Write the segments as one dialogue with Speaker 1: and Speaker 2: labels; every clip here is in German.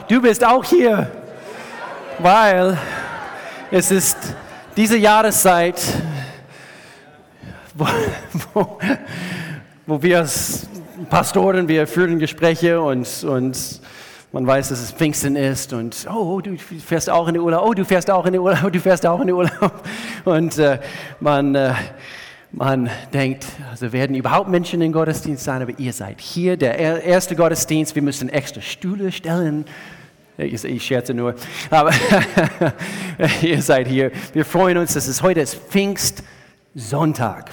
Speaker 1: du bist auch hier, weil es ist diese Jahreszeit, wo wir als Pastoren, wir führen Gespräche und man weiß, dass es Pfingsten ist und du fährst auch in den Urlaub, du fährst auch in den Urlaub, du fährst auch in den Urlaub. Und man denkt, also werden überhaupt Menschen in den Gottesdienst sein, aber ihr seid hier, der erste Gottesdienst, wir müssen extra Stühle stellen. Ich scherze nur, aber ihr seid hier. Wir freuen uns, dass es heute ist Pfingstsonntag.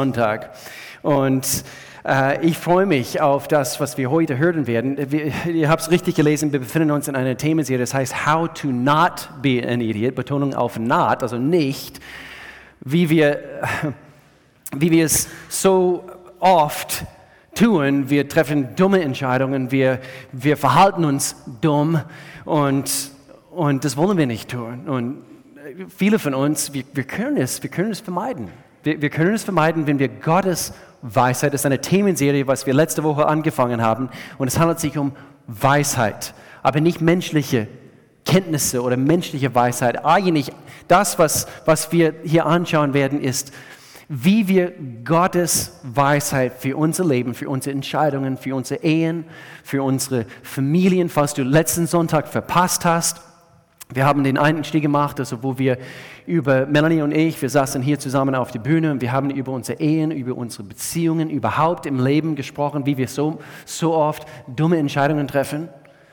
Speaker 1: Und ich freue mich auf das, was wir heute hören werden. Ihr habt es richtig gelesen, wir befinden uns in einer Themenserie, das heißt How to not be an idiot, Betonung auf not, also nicht, wie wir es so oft tun. Wir treffen dumme Entscheidungen, wir verhalten uns dumm und das wollen wir nicht tun. Und viele von uns, wir können es vermeiden. Wir können es vermeiden, wenn wir Gottes Weisheit, das ist eine Themenserie, was wir letzte Woche angefangen haben, und es handelt sich um Weisheit, aber nicht menschliche Kenntnisse oder menschliche Weisheit. Eigentlich das, was wir hier anschauen werden, ist, wie wir Gottes Weisheit für unser Leben, für unsere Entscheidungen, für unsere Ehen, für unsere Familien, falls du letzten Sonntag verpasst hast. Wir haben den Einstieg gemacht, also wo wir über Melanie und ich, wir saßen hier zusammen auf der Bühne und wir haben über unsere Ehen, über unsere Beziehungen, überhaupt im Leben gesprochen, wie wir so oft dumme Entscheidungen treffen,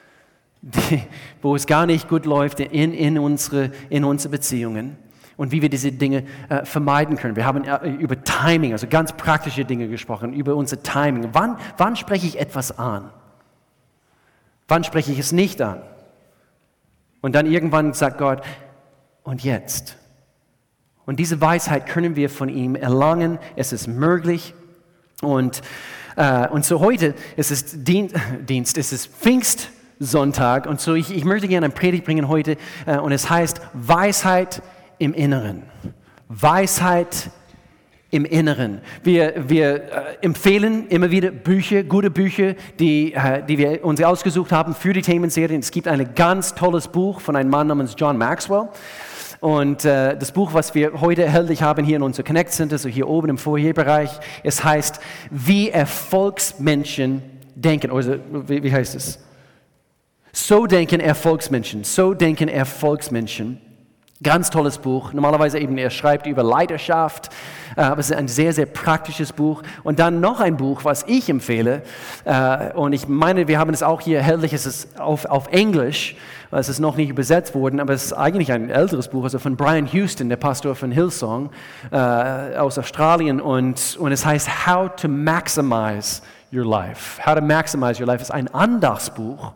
Speaker 1: wo es gar nicht gut läuft in unsere Beziehungen und wie wir diese Dinge vermeiden können. Wir haben über Timing, also ganz praktische Dinge gesprochen, über unser Timing. Wann spreche ich etwas an? Wann spreche ich es nicht an? Und dann irgendwann sagt Gott, und jetzt? Und diese Weisheit können wir von ihm erlangen. Es ist möglich. Und so heute, es ist Dienst, es ist Pfingstsonntag. Und so ich möchte gerne eine Predigt bringen heute. Und es heißt Weisheit im Inneren. Weisheit im Inneren. Wir empfehlen immer wieder Bücher, gute Bücher, die wir uns ausgesucht haben für die Themenserien. Es gibt ein ganz tolles Buch von einem Mann namens John Maxwell. Und das Buch, was wir heute erhältlich haben hier in unser Connect Center, so hier oben im Foyerbereich, es heißt, wie Erfolgsmenschen denken. Oder wie heißt es? So denken Erfolgsmenschen. Ganz tolles Buch. Normalerweise eben, er schreibt über Leidenschaft, aber es ist ein sehr, sehr praktisches Buch. Und dann noch ein Buch, was ich empfehle, und ich meine, wir haben es auch hier erhältlich, es ist auf Englisch, es ist noch nicht übersetzt worden, aber es ist eigentlich ein älteres Buch, also von Brian Houston, der Pastor von Hillsong aus Australien, und es heißt How to Maximize Your Life. How to Maximize Your Life ist ein Andachtsbuch,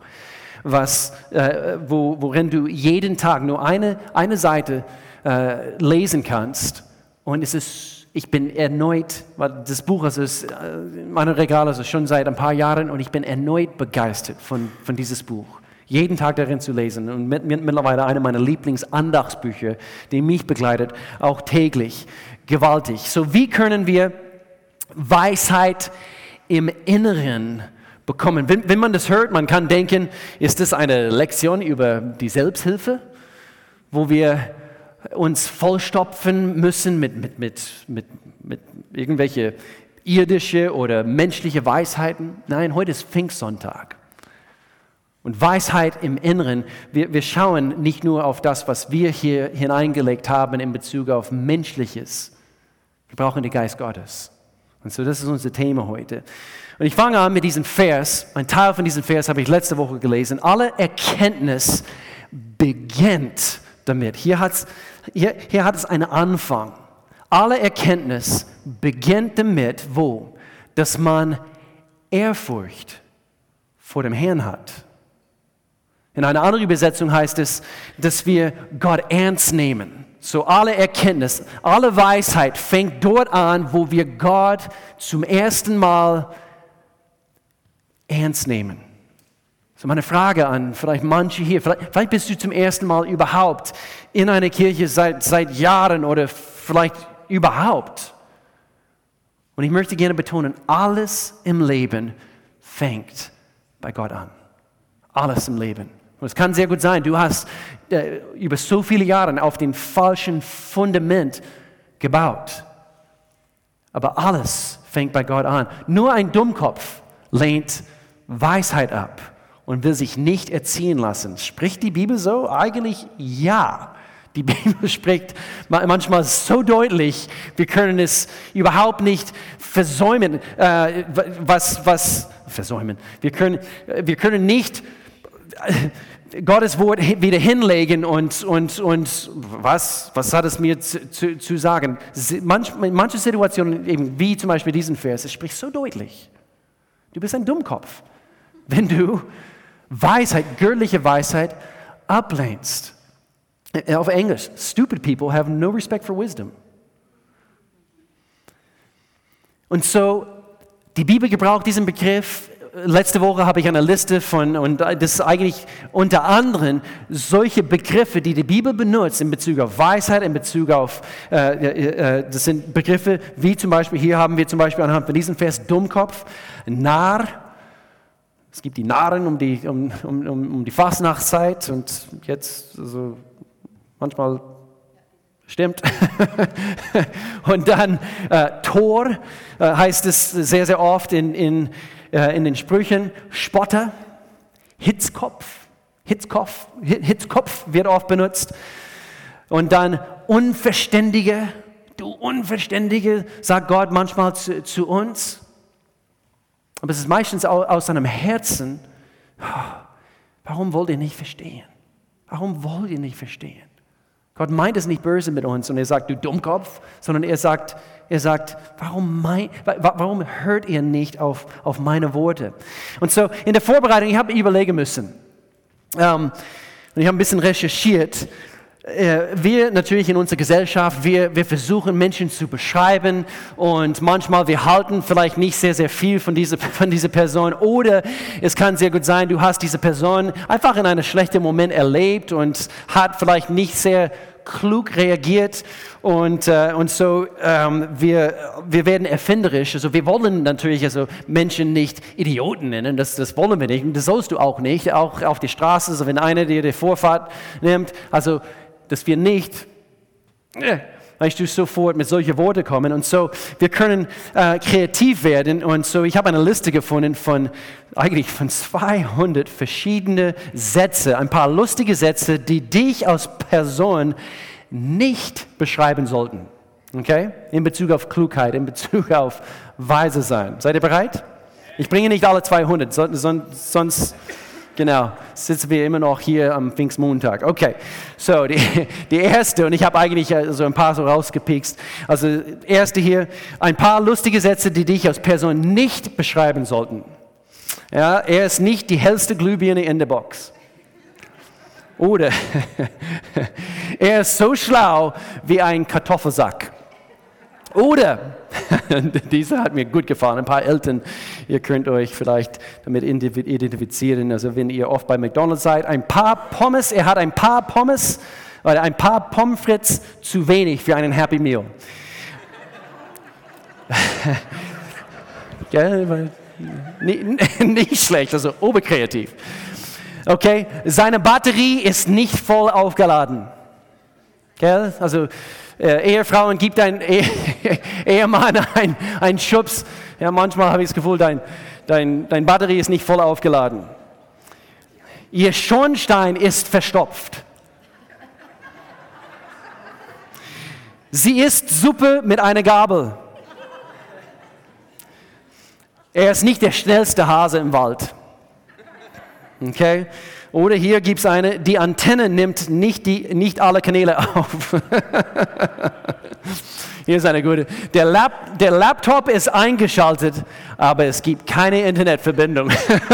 Speaker 1: worin du jeden Tag nur eine Seite lesen kannst. Und ich bin erneut, weil das Buch ist in meinem Regal also schon seit ein paar Jahren, und ich bin erneut begeistert von dieses Buch. Jeden Tag darin zu lesen, und mittlerweile eine meiner Lieblingsandachtsbücher, die mich begleitet, auch täglich, gewaltig. So, wie können wir Weisheit im Inneren bekommen? Wenn man das hört, man kann denken, ist das eine Lektion über die Selbsthilfe, wo wir uns vollstopfen müssen mit irgendwelche irdische oder menschliche Weisheiten? Nein, heute ist Pfingstsonntag. Und Weisheit im Inneren, wir schauen nicht nur auf das, was wir hier hineingelegt haben in Bezug auf Menschliches. Wir brauchen den Geist Gottes. Und so, das ist unser Thema heute. Und ich fange an mit diesem Vers. Ein Teil von diesem Vers habe ich letzte Woche gelesen. Alle Erkenntnis beginnt damit. Hier hat es einen Anfang. Alle Erkenntnis beginnt damit, wo? Dass man Ehrfurcht vor dem Herrn hat. In einer anderen Übersetzung heißt es, dass wir Gott ernst nehmen. So alle Erkenntnis, alle Weisheit fängt dort an, wo wir Gott zum ersten Mal ernst nehmen. So meine Frage an vielleicht manche hier, vielleicht bist du zum ersten Mal überhaupt in einer Kirche seit Jahren oder vielleicht überhaupt. Und ich möchte gerne betonen, alles im Leben fängt bei Gott an. Alles im Leben. Und es kann sehr gut sein, du hast über so viele Jahre auf dem falschen Fundament gebaut. Aber alles fängt bei Gott an. Nur ein Dummkopf lehnt Weisheit ab und will sich nicht erziehen lassen. Spricht die Bibel so? Eigentlich ja. Die Bibel spricht manchmal so deutlich, wir können es überhaupt nicht versäumen. Versäumen? Wir können nicht Gottes Wort wieder hinlegen und was hat es mir zu sagen? In manchen Situationen, eben wie zum Beispiel diesen Vers, es spricht so deutlich. Du bist ein Dummkopf, wenn du Weisheit, göttliche Weisheit ablehnst. Auf Englisch, stupid people have no respect for wisdom. Und so, die Bibel gebraucht diesen Begriff. Letzte Woche habe ich eine Liste und das ist eigentlich unter anderem solche Begriffe, die die Bibel benutzt in Bezug auf Weisheit, in Bezug auf, das sind Begriffe wie zum Beispiel, hier haben wir zum Beispiel anhand von diesem Vers Dummkopf, Narr. Es gibt die Narren um die Fastnachtszeit und jetzt, also manchmal stimmt. Und dann Tor heißt es sehr, sehr oft in den Sprüchen, Spotter, Hitzkopf wird oft benutzt. Und dann Unverständige, du Unverständige, sagt Gott manchmal zu uns. Aber es ist meistens aus seinem Herzen, warum wollt ihr nicht verstehen? Warum wollt ihr nicht verstehen? Gott meint es nicht böse mit uns und er sagt, du Dummkopf, sondern er sagt, warum hört ihr nicht auf meine Worte? Und so in der Vorbereitung, ich habe überlegen müssen und ich habe ein bisschen recherchiert. Wir natürlich in unserer Gesellschaft, wir versuchen Menschen zu beschreiben und manchmal wir halten vielleicht nicht sehr, sehr viel von dieser Person oder es kann sehr gut sein, du hast diese Person einfach in einem schlechten Moment erlebt und hat vielleicht nicht sehr klug reagiert und so wir werden erfinderisch. Also wir wollen natürlich Menschen nicht Idioten nennen, das wollen wir nicht und das sollst du auch nicht, auch auf die Straße, also wenn einer dir die Vorfahrt nimmt, also dass wir nicht, weißt du, sofort mit solchen Worten kommen. Und so, wir können kreativ werden. Und so, ich habe eine Liste gefunden von 200 verschiedene Sätze, ein paar lustige Sätze, die dich als Person nicht beschreiben sollten. Okay? In Bezug auf Klugheit, in Bezug auf weise sein. Seid ihr bereit? Ich bringe nicht alle 200, sonst genau, sitzen wir immer noch hier am Pfingstmontag. Okay, so die erste, und ich habe eigentlich so ein paar so rausgepickt. Also erste hier, ein paar lustige Sätze, die dich als Person nicht beschreiben sollten. Ja, er ist nicht die hellste Glühbirne in der Box. Oder er ist so schlau wie ein Kartoffelsack. Oder, dieser hat mir gut gefallen, ein paar Eltern, ihr könnt euch vielleicht damit identifizieren, also wenn ihr oft bei McDonald's seid, er hat ein paar Pommes frites zu wenig für einen Happy Meal. Nicht schlecht, also oberkreativ. Okay, seine Batterie ist nicht voll aufgeladen. Okay? Also Ehefrauen gibt ein Ehemann einen Schubs. Ja, manchmal habe ich das Gefühl, dein Batterie ist nicht voll aufgeladen. Ihr Schornstein ist verstopft. Sie isst Suppe mit einer Gabel. Er ist nicht der schnellste Hase im Wald. Okay? Oder hier gibt es eine, die Antenne nimmt nicht alle Kanäle auf. Hier ist eine gute. Der Laptop ist eingeschaltet, aber es gibt keine Internetverbindung.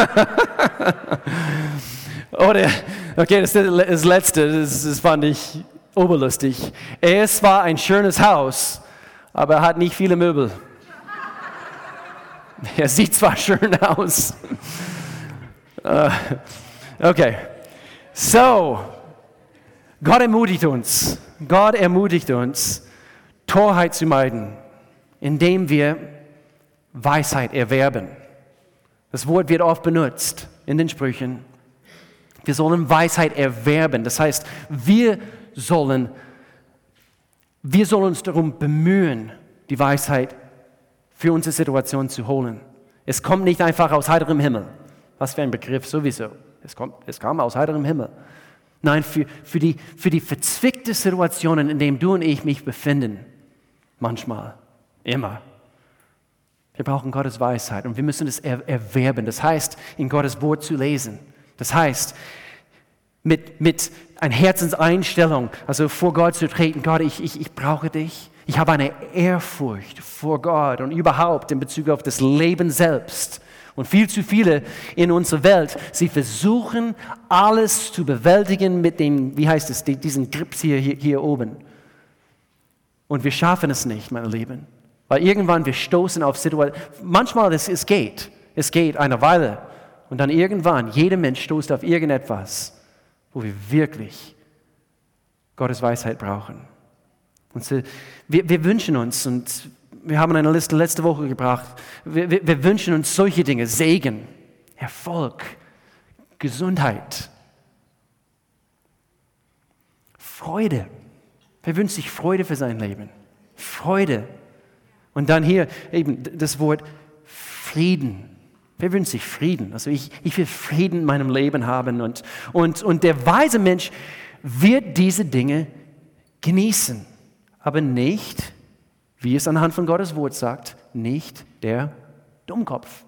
Speaker 1: Oder, okay, das ist das Letzte, das fand ich oberlustig. Es war ein schönes Haus, aber er hat nicht viele Möbel. Er sieht zwar schön aus. Okay, so, Gott ermutigt uns, Torheit zu meiden, indem wir Weisheit erwerben. Das Wort wird oft benutzt in den Sprüchen. Wir sollen Weisheit erwerben. Das heißt, wir sollen uns darum bemühen, die Weisheit für unsere Situation zu holen. Es kommt nicht einfach aus heiterem Himmel. Was für ein Begriff sowieso. Es kam aus heiterem Himmel. Nein, für die verzwickte Situationen, in denen du und ich mich befinden. Manchmal. Immer. Wir brauchen Gottes Weisheit und wir müssen es erwerben. Das heißt, in Gottes Wort zu lesen. Das heißt, mit einer Herzenseinstellung, also vor Gott zu treten, Gott, ich brauche dich. Ich habe eine Ehrfurcht vor Gott und überhaupt in Bezug auf das Leben selbst. Und viel zu viele in unserer Welt, sie versuchen, alles zu bewältigen mit dem, diesen Grips hier oben. Und wir schaffen es nicht, meine Lieben. Weil irgendwann wir stoßen auf Situationen, manchmal es geht eine Weile. Und dann irgendwann, jeder Mensch stoßt auf irgendetwas, wo wir wirklich Gottes Weisheit brauchen. Und so, wir wünschen uns, und wir haben eine Liste letzte Woche gebracht, wir wünschen uns solche Dinge, Segen, Erfolg, Gesundheit, Freude. Wer wünscht sich Freude für sein Leben? Freude. Und dann hier eben das Wort Frieden. Wer wünscht sich Frieden? Also ich will Frieden in meinem Leben haben. Und der weise Mensch wird diese Dinge genießen. Aber nicht, wie es anhand von Gottes Wort sagt, nicht der Dummkopf.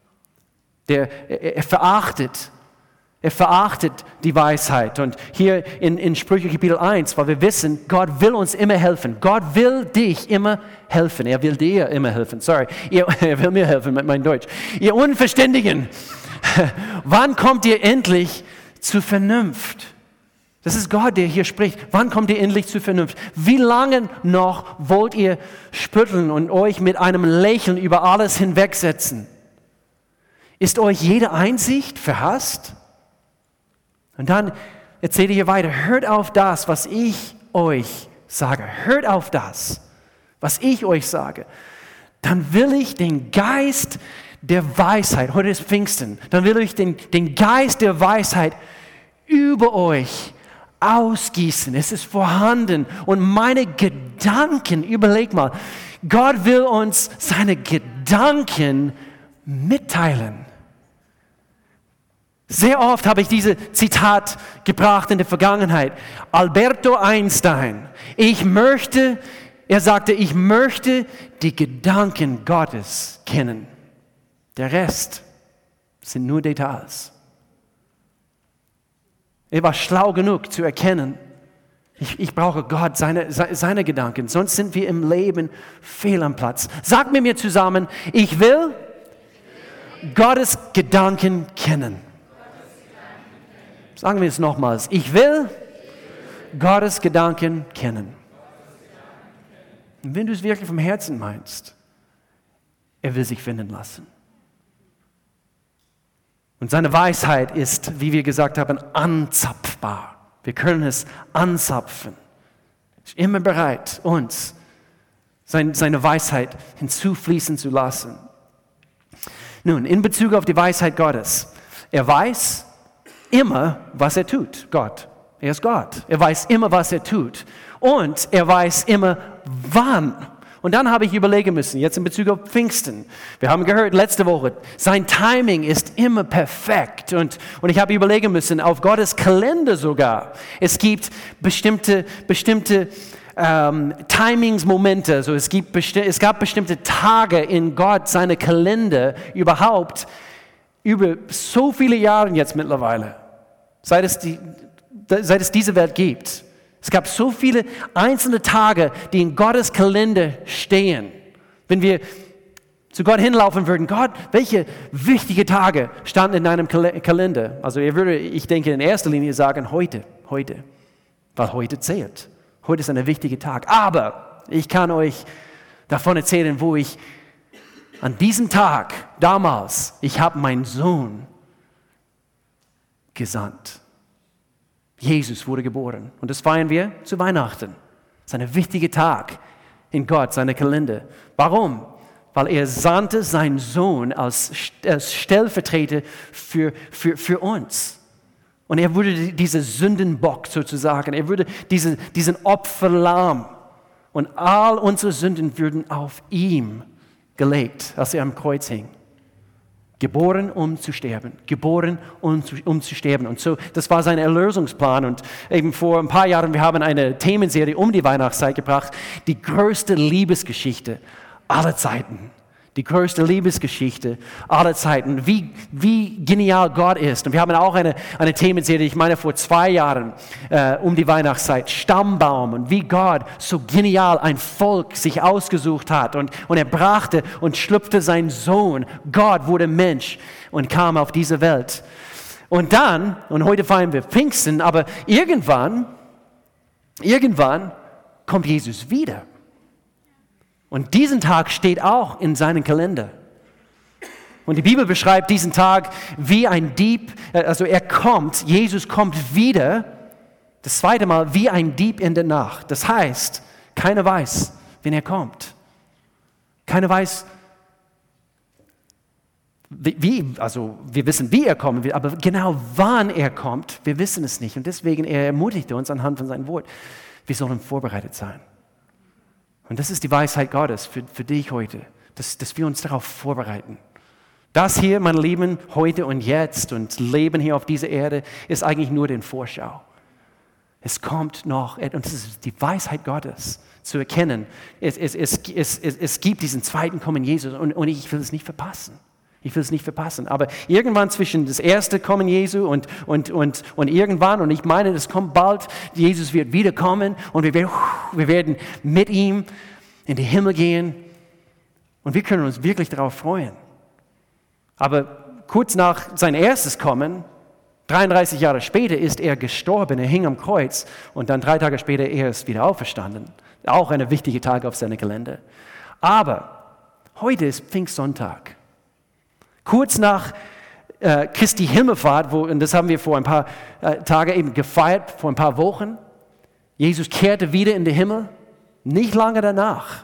Speaker 1: Er verachtet die Weisheit. Und hier in Sprüche Kapitel 1, weil wir wissen, Gott will uns immer helfen. Gott will dich immer helfen. Er will dir immer helfen. Er will mir helfen mit meinem Deutsch. Ihr Unverständigen, wann kommt ihr endlich zur Vernunft? Das ist Gott, der hier spricht. Wann kommt ihr endlich zur Vernunft? Wie lange noch wollt ihr spötteln und euch mit einem Lächeln über alles hinwegsetzen? Ist euch jede Einsicht verhasst? Und dann erzähle ich hier weiter. Hört auf das, was ich euch sage. Hört auf das, was ich euch sage. Dann will ich den Geist der Weisheit, heute ist Pfingsten, dann will ich den Geist der Weisheit über euch ausgießen. Es ist vorhanden. Und meine Gedanken, überleg mal, Gott will uns seine Gedanken mitteilen. Sehr oft habe ich diese Zitat gebracht in der Vergangenheit. Alberto Einstein. Er sagte, ich möchte die Gedanken Gottes kennen. Der Rest sind nur Details. Er war schlau genug zu erkennen, ich brauche Gott, seine Gedanken, sonst sind wir im Leben fehl am Platz. Sagt mit mir zusammen, ich will Gottes Gedanken kennen. Sagen wir es nochmals, ich will Gottes Gedanken kennen. Und wenn du es wirklich vom Herzen meinst, er will sich finden lassen. Und seine Weisheit ist, wie wir gesagt haben, anzapfbar. Wir können es anzapfen. Er ist immer bereit, uns seine Weisheit hinzufließen zu lassen. Nun, in Bezug auf die Weisheit Gottes. Er weiß immer, was er tut. Gott. Er ist Gott. Er weiß immer, was er tut. Und er weiß immer, wann. Und dann habe ich überlegen müssen, jetzt in Bezug auf Pfingsten. Wir haben gehört letzte Woche, sein Timing ist immer perfekt. Und ich habe überlegen müssen, auf Gottes Kalender sogar. Es gibt bestimmte Timingsmomente. Also es gab bestimmte Tage in Gott, seine Kalender überhaupt, über so viele Jahre jetzt mittlerweile, seit es diese Welt gibt. Es gab so viele einzelne Tage, die in Gottes Kalender stehen. Wenn wir zu Gott hinlaufen würden, Gott, welche wichtige Tage standen in deinem Kalender? Also ich denke in erster Linie sagen, heute, weil heute zählt. Heute ist ein wichtiger Tag. Aber ich kann euch davon erzählen, wo ich an diesem Tag, damals, ich habe meinen Sohn gesandt. Jesus wurde geboren. Und das feiern wir zu Weihnachten. Das ist ein wichtiger Tag in Gott, seine Kalender. Warum? Weil er sandte seinen Sohn als Stellvertreter für uns. Und er wurde dieser Sündenbock sozusagen. Er wurde diesen Opferlamm. Und all unsere Sünden würden auf ihm gelegt, als er am Kreuz hing. Geboren, um zu sterben. Geboren, um zu sterben. Und so, das war sein Erlösungsplan. Und eben vor ein paar Jahren, wir haben eine Themenserie um die Weihnachtszeit gebracht. Die größte Liebesgeschichte aller Zeiten. Die größte Liebesgeschichte aller Zeiten. Wie genial Gott ist. Und wir haben auch eine Themenserie, ich meine vor 2 Jahren, um die Weihnachtszeit, Stammbaum. Und wie Gott so genial ein Volk sich ausgesucht hat. Und er brachte und schlüpfte seinen Sohn. Gott wurde Mensch und kam auf diese Welt. Und dann, und heute feiern wir Pfingsten, aber irgendwann kommt Jesus wieder. Und diesen Tag steht auch in seinem Kalender. Und die Bibel beschreibt diesen Tag wie ein Dieb, also Jesus kommt wieder, das zweite Mal, wie ein Dieb in der Nacht. Das heißt, keiner weiß, wenn er kommt. Keiner weiß, also wir wissen, wie er kommen wird, aber genau wann er kommt, wir wissen es nicht. Und deswegen, er ermutigte uns anhand von seinem Wort, wir sollen vorbereitet sein. Und das ist die Weisheit Gottes für dich heute, dass wir uns darauf vorbereiten. Das hier, mein Lieben, heute und jetzt und Leben hier auf dieser Erde, ist eigentlich nur die Vorschau. Es kommt noch, und das ist die Weisheit Gottes, zu erkennen. Es gibt diesen zweiten Kommen Jesus und ich will es nicht verpassen. Ich will es nicht verpassen. Aber irgendwann zwischen das erste Kommen Jesu und irgendwann, und ich meine, das kommt bald, Jesus wird wiederkommen und wir werden mit ihm in den Himmel gehen und wir können uns wirklich darauf freuen. Aber kurz nach seinem erstes Kommen, 33 Jahre später, ist er gestorben, er hing am Kreuz und dann 3 Tage später, er ist wieder auferstanden. Auch ein wichtiger Tag auf seinem Kalender. Aber heute ist Pfingstsonntag. Kurz nach Christi Himmelfahrt, und das haben wir vor ein paar Tagen eben gefeiert, vor ein paar Wochen, Jesus kehrte wieder in den Himmel. Nicht lange danach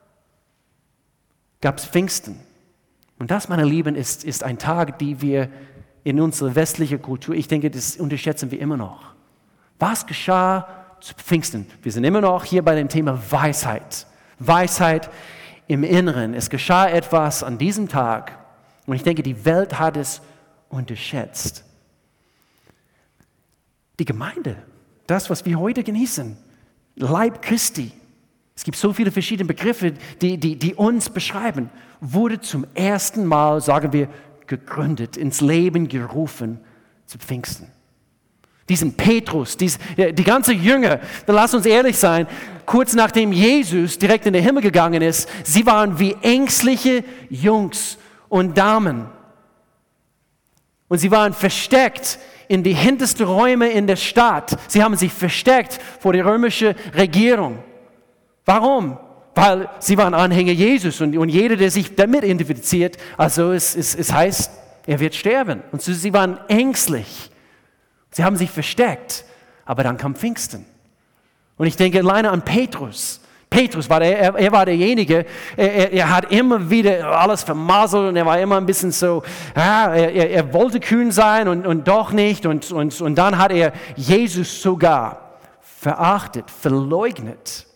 Speaker 1: gab es Pfingsten. Und das, meine Lieben, ist ein Tag, den wir in unserer westlichen Kultur, ich denke, das unterschätzen wir immer noch. Was geschah zu Pfingsten? Wir sind immer noch hier bei dem Thema Weisheit. Weisheit im Inneren. Es geschah etwas an diesem Tag. Und ich denke, die Welt hat es unterschätzt. Die Gemeinde, das, was wir heute genießen, Leib Christi, es gibt so viele verschiedene Begriffe, die uns beschreiben, wurde zum ersten Mal, sagen wir, gegründet, ins Leben gerufen zu Pfingsten. Diesen Petrus, die ganze Jünger, lass uns ehrlich sein, kurz nachdem Jesus direkt in den Himmel gegangen ist, sie waren wie ängstliche Jungs und Damen. Und sie waren versteckt in die hintersten Räume in der Stadt. Sie haben sich versteckt vor der römischen Regierung. Warum? Weil sie waren Anhänger Jesus und jeder, der sich damit identifiziert, also es heißt, er wird sterben. Und so, sie waren ängstlich. Sie haben sich versteckt. Aber dann kam Pfingsten. Und ich denke alleine an Petrus. Petrus war er war derjenige, er hat immer wieder alles vermasselt und er war immer ein bisschen so, er wollte kühn sein und doch nicht. Und dann hat er Jesus sogar verachtet, verleugnet,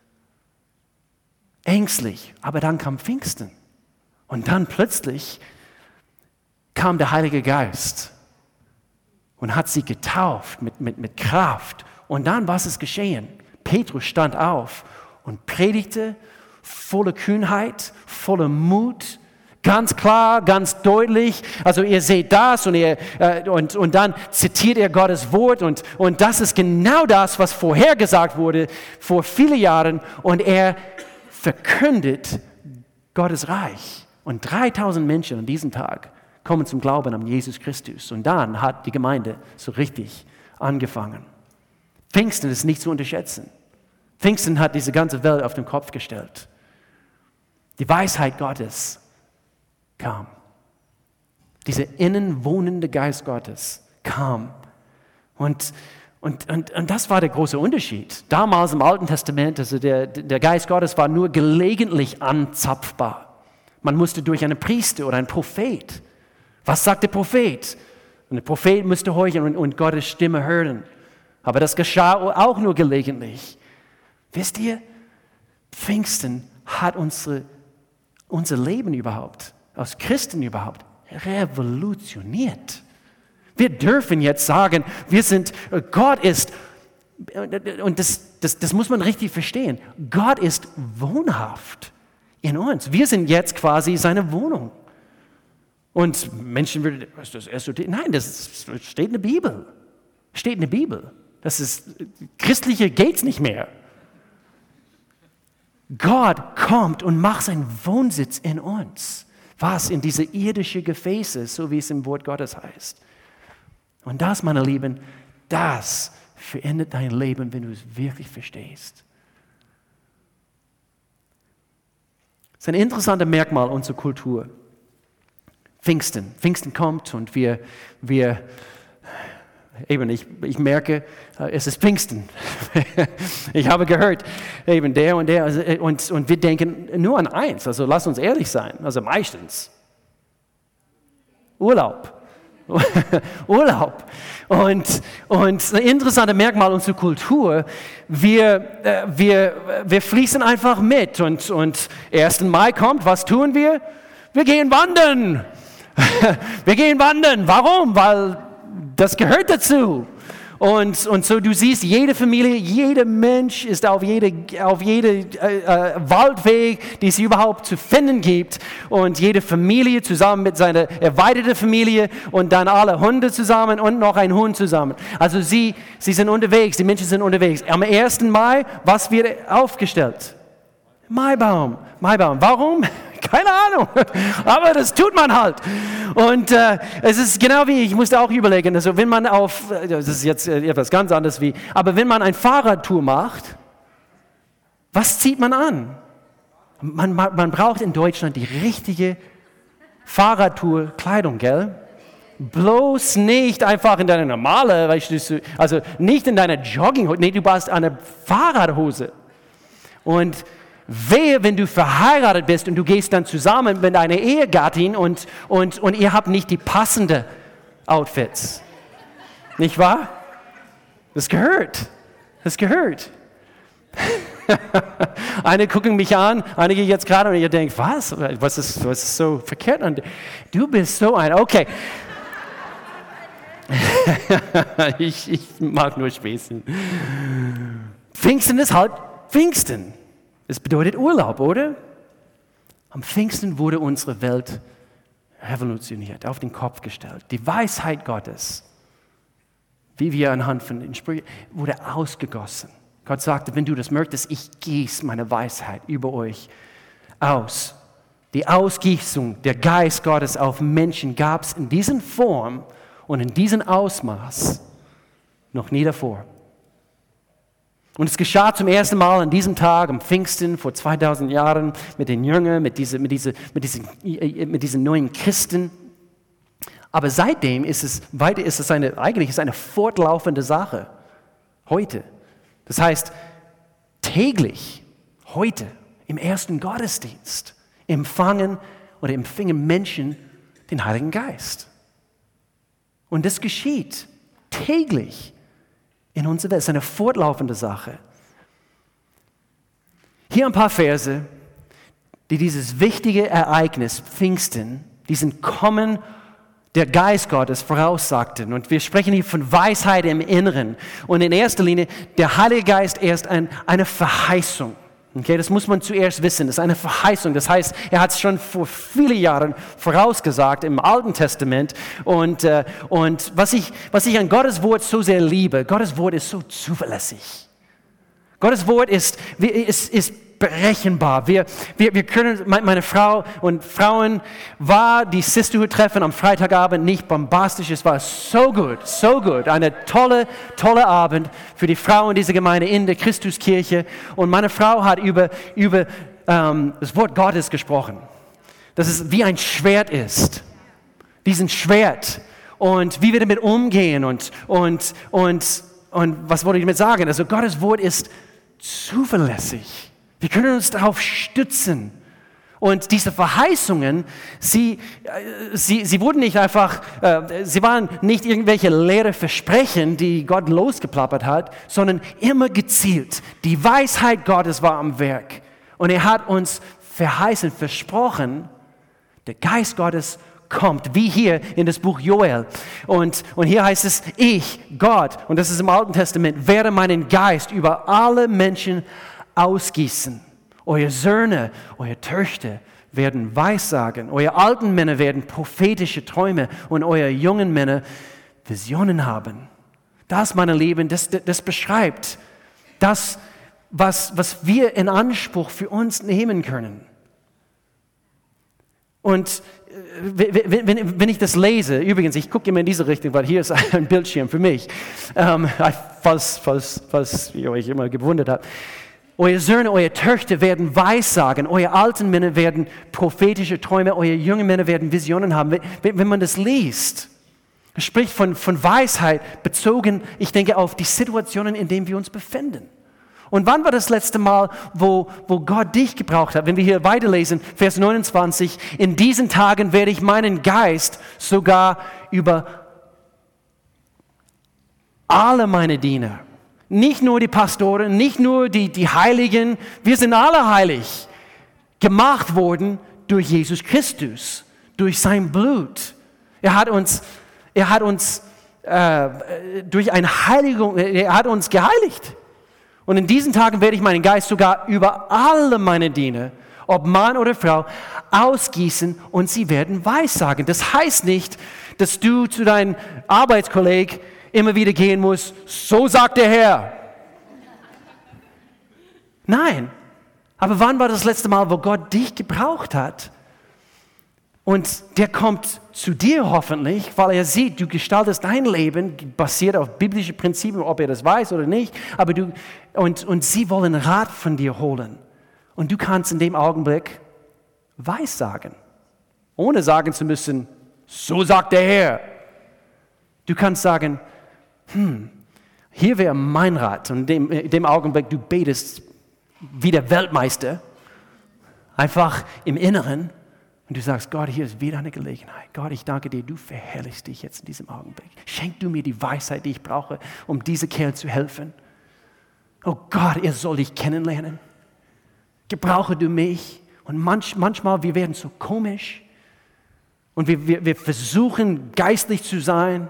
Speaker 1: ängstlich. Aber dann kam Pfingsten. Und dann plötzlich kam der Heilige Geist und hat sie getauft mit Kraft. Und dann, was ist geschehen? Petrus stand auf und predigte voller Kühnheit, voller Mut, ganz klar, ganz deutlich. Also ihr seht das und dann zitiert er Gottes Wort und das ist genau das, was vorhergesagt wurde vor vielen Jahren und er verkündet Gottes Reich. Und 3000 Menschen an diesem Tag kommen zum Glauben an Jesus Christus. Und dann hat die Gemeinde so richtig angefangen. Pfingsten ist nicht zu unterschätzen. Pfingsten hat diese ganze Welt auf den Kopf gestellt. Die Weisheit Gottes kam. Dieser innen wohnende Geist Gottes kam. Und das war der große Unterschied. Damals im Alten Testament, also der Geist Gottes war nur gelegentlich anzapfbar. Man musste durch einen Priester oder einen Prophet. Was sagt der Prophet? Und der Prophet musste horchen und Gottes Stimme hören. Aber das geschah auch nur gelegentlich. Wisst ihr, Pfingsten hat unser Leben überhaupt, als Christen überhaupt, revolutioniert. Wir dürfen jetzt sagen, Gott ist, und das muss man richtig verstehen, Gott ist wohnhaft in uns. Wir sind jetzt quasi seine Wohnung. Und Menschen würden, das esoterisch? Nein, das steht in der Bibel. Steht in der Bibel. Das ist, christlicher geht's nicht mehr. Gott kommt und macht seinen Wohnsitz in uns. Was? In diese irdischen Gefäße, so wie es im Wort Gottes heißt. Und das, meine Lieben, das verändert dein Leben, wenn du es wirklich verstehst. Das ist ein interessantes Merkmal unserer Kultur. Pfingsten kommt und ich merke, es ist Pfingsten. Ich habe gehört, eben der und der, und wir denken nur an eins, also lass uns ehrlich sein, also meistens. Urlaub. Und ein interessantes Merkmal unserer Kultur, wir fließen einfach mit und 1. Mai kommt, was tun wir? Wir gehen wandern. Wir gehen wandern. Warum? Weil das gehört dazu. Und so du siehst, jede Familie, jeder Mensch ist auf jede Waldweg, die es überhaupt zu finden gibt. Und jede Familie zusammen mit seiner erweiterten Familie und dann alle Hunde zusammen und noch ein Hund zusammen. Also sie sind unterwegs, die Menschen sind unterwegs. Am 1. Mai, was wird aufgestellt? Maibaum. Warum? Keine Ahnung, aber das tut man halt. Und es ist genau wie, ich musste auch überlegen, also wenn man das ist jetzt etwas ganz anderes aber wenn man eine Fahrradtour macht, was zieht man an? Man braucht in Deutschland die richtige Fahrradtour-Kleidung, gell? Bloß nicht einfach in deine normale, also nicht in deiner Jogginghose, nee, du brauchst eine Fahrradhose. Und wehe, wenn du verheiratet bist und du gehst dann zusammen mit deiner Ehegattin und ihr habt nicht die passenden Outfits. Nicht wahr? Das gehört. Einige gucken mich an, einige jetzt gerade und ihr denkt, was ist so verkehrt an dir? Du bist so okay. ich mag nur Späßchen. Pfingsten ist halt Pfingsten. Es bedeutet Urlaub, oder? Am Pfingsten wurde unsere Welt revolutioniert, auf den Kopf gestellt. Die Weisheit Gottes, wie wir anhand von den Sprüchen, wurde ausgegossen. Gott sagte, wenn du das möchtest, ich gieße meine Weisheit über euch aus. Die Ausgießung, der Geist Gottes auf Menschen gab es in dieser Form und in diesem Ausmaß noch nie davor. Und es geschah zum ersten Mal an diesem Tag, am Pfingsten, vor 2000 Jahren, mit den Jüngern, mit diesen neuen Christen. Aber seitdem ist es eine fortlaufende Sache. Heute. Das heißt, täglich, heute, im ersten Gottesdienst, empfingen Menschen den Heiligen Geist. Und das geschieht täglich. In unserer Welt ist eine fortlaufende Sache. Hier ein paar Verse, die dieses wichtige Ereignis Pfingsten, diesen Kommen der Geist Gottes voraussagten. Und wir sprechen hier von Weisheit im Inneren. Und in erster Linie, der Heilige Geist ist eine Verheißung. Okay, das muss man zuerst wissen. Das ist eine Verheißung. Das heißt, er hat es schon vor vielen Jahren vorausgesagt im Alten Testament. Und was ich an Gottes Wort so sehr liebe, Gottes Wort ist so zuverlässig. Gottes Wort ist berechenbar. Wir können, meine Frau und Frauen, war die Sisterhood-Treffen am Freitagabend nicht bombastisch. Es war so gut. Eine tolle Abend für die Frauen dieser Gemeinde in der Christuskirche. Und meine Frau hat über das Wort Gottes gesprochen. Dass es wie ein Schwert ist. Diesen Schwert. Und wie wir damit umgehen. Und was wollte ich damit sagen? Also Gottes Wort ist zuverlässig. Wir können uns darauf stützen. Und diese Verheißungen, sie wurden nicht einfach, sie waren nicht irgendwelche leere Versprechen, die Gott losgeplappert hat, sondern immer gezielt. Die Weisheit Gottes war am Werk. Und er hat uns verheißen, versprochen, der Geist Gottes kommt, wie hier in das Buch Joel. Und hier heißt es, ich, Gott, und das ist im Alten Testament, werde meinen Geist über alle Menschen ausgießen. Eure Söhne, eure Töchter werden Weissagen, eure alten Männer werden prophetische Träume und eure jungen Männer Visionen haben. Das, meine Lieben, das beschreibt das, was wir in Anspruch für uns nehmen können. Und wenn ich das lese, übrigens, ich gucke immer in diese Richtung, weil hier ist ein Bildschirm für mich, falls ihr euch immer gewundert habt. Eure Söhne, eure Töchter werden Weissagen, eure alten Männer werden prophetische Träume, eure jungen Männer werden Visionen haben. Wenn man das liest, es spricht von Weisheit bezogen, ich denke, auf die Situationen, in denen wir uns befinden. Und wann war das letzte Mal, wo Gott dich gebraucht hat? Wenn wir hier weiterlesen, Vers 29, in diesen Tagen werde ich meinen Geist sogar über alle meine Diener, nicht nur die Pastoren, nicht nur die Heiligen, wir sind alle heilig, gemacht worden durch Jesus Christus, durch sein Blut. Er hat uns durch eine Heiligung, er hat uns geheiligt. Und in diesen Tagen werde ich meinen Geist sogar über alle meine Diener, ob Mann oder Frau, ausgießen und sie werden Weissagen. Das heißt nicht, dass du zu deinem Arbeitskollegen immer wieder gehen musst, so sagt der Herr. Nein, aber wann war das letzte Mal, wo Gott dich gebraucht hat? Und der kommt zu dir hoffentlich, weil er sieht, du gestaltest dein Leben basiert auf biblischen Prinzipien, ob er das weiß oder nicht. Aber und sie wollen Rat von dir holen. Und du kannst in dem Augenblick Weissagen, ohne sagen zu müssen, so sagt der Herr. Du kannst sagen, hier wäre mein Rat. Und in dem Augenblick, du betest wie der Weltmeister, einfach im Inneren. Und du sagst, Gott, hier ist wieder eine Gelegenheit. Gott, ich danke dir, du verherrlichst dich jetzt in diesem Augenblick. Schenk du mir die Weisheit, die ich brauche, um diesem Kerl zu helfen. Oh Gott, er soll dich kennenlernen. Gebrauche du mich. Und manchmal, wir werden so komisch. Und wir versuchen, geistlich zu sein.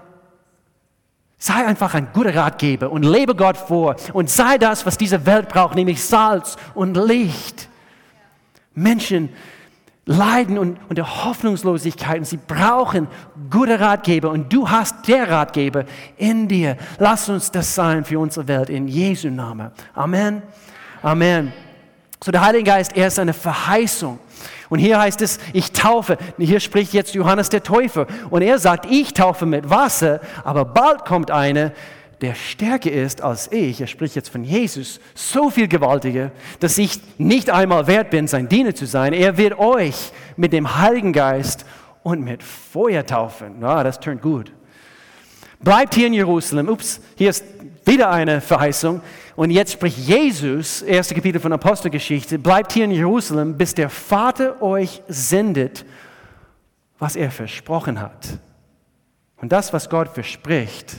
Speaker 1: Sei einfach ein guter Ratgeber und lebe Gott vor. Und sei das, was diese Welt braucht, nämlich Salz und Licht. Menschen leiden unter Hoffnungslosigkeit und sie brauchen gute Ratgeber und du hast der Ratgeber in dir. Lass uns das sein für unsere Welt in Jesu Namen. Amen. Amen. So der Heilige Geist, er ist eine Verheißung. Und hier heißt es, ich taufe. Hier spricht jetzt Johannes der Täufer und er sagt, ich taufe mit Wasser, aber bald kommt einer, der stärker ist als ich, er spricht jetzt von Jesus, so viel gewaltiger, dass ich nicht einmal wert bin, sein Diener zu sein. Er wird euch mit dem Heiligen Geist und mit Feuer taufen. Ja, das tönt gut. Bleibt hier in Jerusalem. Ups, hier ist wieder eine Verheißung. Und jetzt spricht Jesus, 1. Kapitel von Apostelgeschichte, bleibt hier in Jerusalem, bis der Vater euch sendet, was er versprochen hat. Und das, was Gott verspricht,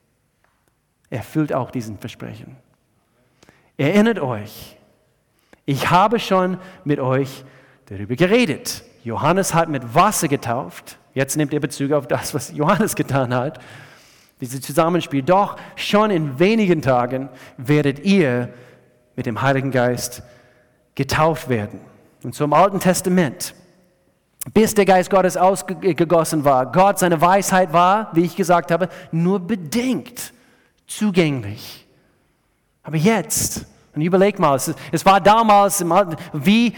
Speaker 1: erfüllt auch diesen Versprechen. Erinnert euch, ich habe schon mit euch darüber geredet. Johannes hat mit Wasser getauft. Jetzt nimmt er Bezug auf das, was Johannes getan hat. Dieses Zusammenspiel. Doch schon in wenigen Tagen werdet ihr mit dem Heiligen Geist getauft werden. Und so im Alten Testament, bis der Geist Gottes ausgegossen war, Gott, seine Weisheit war, wie ich gesagt habe, nur bedingt zugänglich. Aber jetzt, und überleg mal, es war damals wie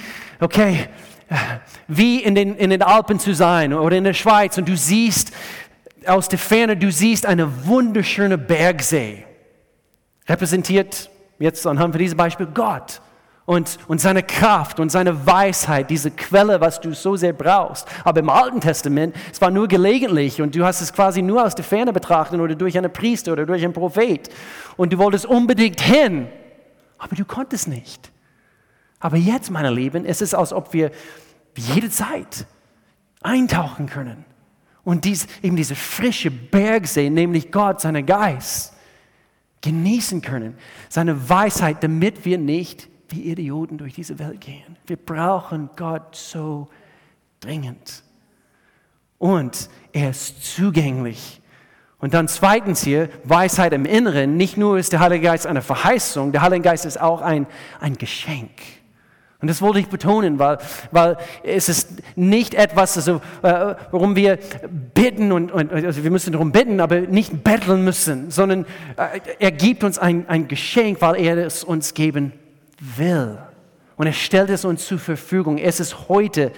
Speaker 1: in den Alpen zu sein oder in der Schweiz und du siehst aus der Ferne, du siehst eine wunderschöne Bergsee. Repräsentiert jetzt anhand von diesem Beispiel Gott und seine Kraft und seine Weisheit, diese Quelle, was du so sehr brauchst. Aber im Alten Testament, es war nur gelegentlich und du hast es quasi nur aus der Ferne betrachtet oder durch einen Priester oder durch einen Prophet. Und du wolltest unbedingt hin, aber du konntest nicht. Aber jetzt, meine Lieben, es ist, als ob wir jede Zeit eintauchen können und eben diese frische Bergsee, nämlich Gott, seinen Geist, genießen können, seine Weisheit, damit wir nicht wie Idioten durch diese Welt gehen. Wir brauchen Gott so dringend. Und er ist zugänglich. Und dann zweitens hier, Weisheit im Inneren. Nicht nur ist der Heilige Geist eine Verheißung, der Heilige Geist ist auch ein Geschenk. Und das wollte ich betonen, weil es ist nicht etwas, worum wir bitten also wir müssen darum bitten, aber nicht betteln müssen, sondern er gibt uns ein Geschenk, weil er es uns geben will. Und er stellt es uns zur Verfügung. Es ist heute.